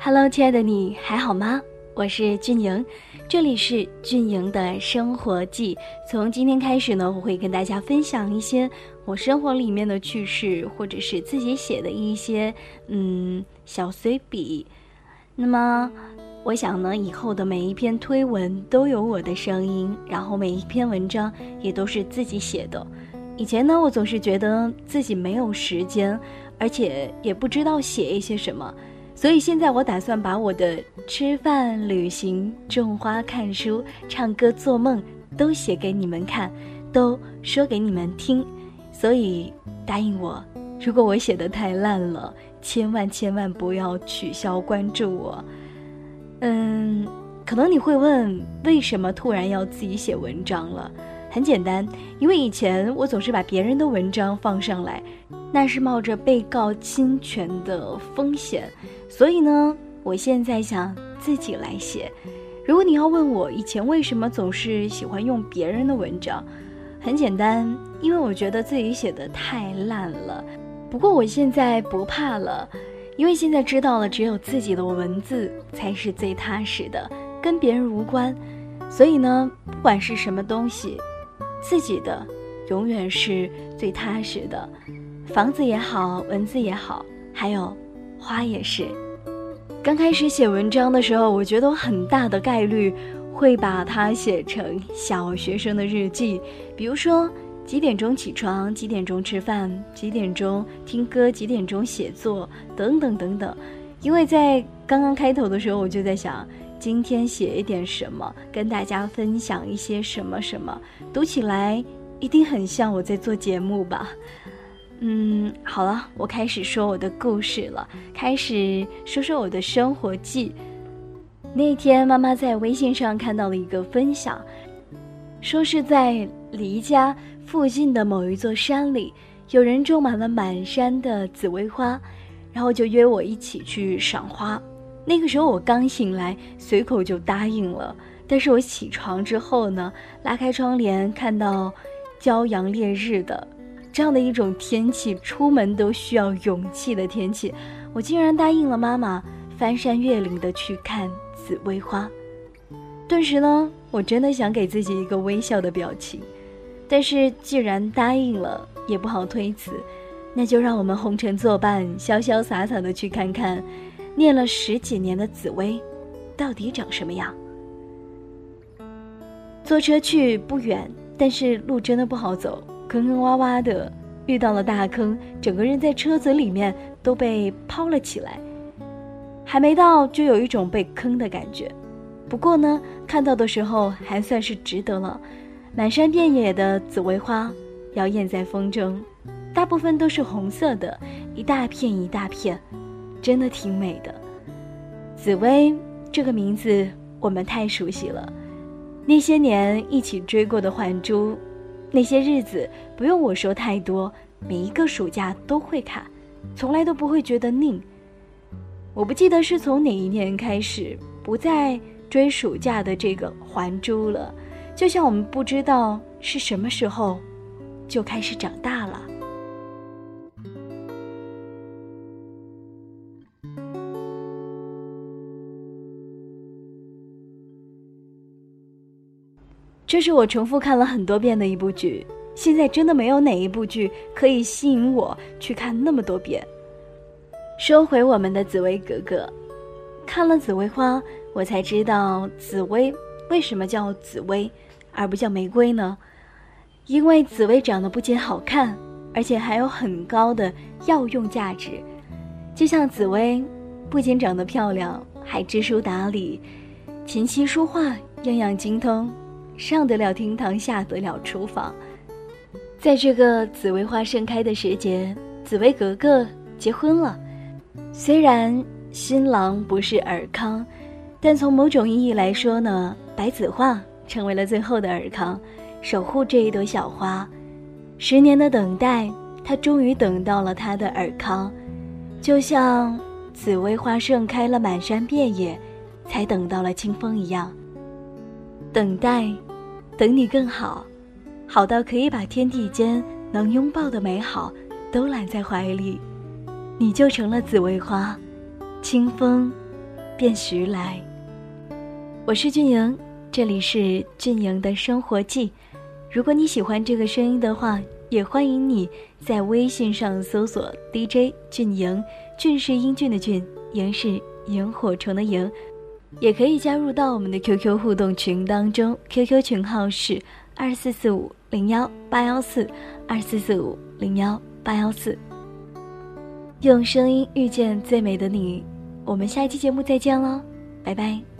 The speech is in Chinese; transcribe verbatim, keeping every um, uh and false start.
Hello， 亲爱的你还好吗？我是俊莹，这里是俊莹的生活记。从今天开始呢，我会跟大家分享一些我生活里面的趣事，或者是自己写的一些嗯小随笔。那么我想呢，以后的每一篇推文都有我的声音，然后每一篇文章也都是自己写的。以前呢，我总是觉得自己没有时间，而且也不知道写一些什么，所以现在我打算把我的吃饭、旅行、种花、看书、唱歌、做梦都写给你们看，都说给你们听。所以答应我，如果我写得太烂了，千万千万不要取消关注我。嗯，可能你会问，为什么突然要自己写文章了？很简单，因为以前我总是把别人的文章放上来，那是冒着被告侵权的风险，所以呢，我现在想自己来写。如果你要问我以前为什么总是喜欢用别人的文章，很简单，因为我觉得自己写的太烂了。不过我现在不怕了，因为现在知道了，只有自己的文字才是最踏实的，跟别人无关。所以呢，不管是什么东西，自己的永远是最踏实的。房子也好，文字也好，还有花也是。刚开始写文章的时候，我觉得我很大的概率会把它写成小学生的日记，比如说几点钟起床，几点钟吃饭，几点钟听歌，几点钟写作，等等等等。因为在刚刚开头的时候，我就在想，今天写一点什么，跟大家分享一些什么什么，读起来一定很像我在做节目吧。嗯，好了，我开始说我的故事了，开始说说我的生活记。那天妈妈在微信上看到了一个分享，说是在离家附近的某一座山里，有人种满了满山的紫薇花，然后就约我一起去赏花。那个时候我刚醒来，随口就答应了。但是我起床之后呢，拉开窗帘，看到骄阳烈日的这样的一种天气，出门都需要勇气的天气，我竟然答应了妈妈，翻山越岭的去看紫薇花。顿时呢，我真的想给自己一个微笑的表情，但是既然答应了，也不好推辞，那就让我们红尘作伴，潇潇洒洒的去看看念了十几年的紫薇到底长什么样。坐车去不远，但是路真的不好走，坑坑洼洼的，遇到了大坑，整个人在车子里面都被抛了起来，还没到就有一种被坑的感觉。不过呢，看到的时候还算是值得了。满山遍野的紫薇花摇曳在风中，大部分都是红色的，一大片一大片，真的挺美的。紫薇这个名字我们太熟悉了，那些年一起追过的还珠，那些日子不用我说太多，每一个暑假都会看，从来都不会觉得腻。我不记得是从哪一年开始不再追暑假的这个还珠了，就像我们不知道是什么时候就开始长大了。这是我重复看了很多遍的一部剧，现在真的没有哪一部剧可以吸引我去看那么多遍。说回我们的紫薇格格，看了紫薇花，我才知道紫薇为什么叫紫薇而不叫玫瑰呢？因为紫薇长得不仅好看，而且还有很高的药用价值。就像紫薇不仅长得漂亮，还知书达理，琴棋书画样样精通，上得了厅堂，下得了厨房。在这个紫薇花盛开的时节，紫薇格格结婚了。虽然新郎不是尔康，但从某种意义来说呢，白子画成为了最后的尔康，守护这一朵小花。十年的等待，他终于等到了他的尔康，就像紫薇花盛开了满山遍野，才等到了清风一样。等待，等你更好，好到可以把天地间能拥抱的美好都揽在怀里，你就成了紫薇花，清风便徐来。我是俊莹，这里是俊莹的生活记。如果你喜欢这个声音的话，也欢迎你在微信上搜索 D J 俊莹，俊是英俊的俊，莹是萤火虫的萤。也可以加入到我们的 Q Q 互动群当中， Q Q 群号是二四四五零幺八幺四二四四五零幺八幺四。用声音遇见最美的你，我们下一期节目再见喽，拜拜。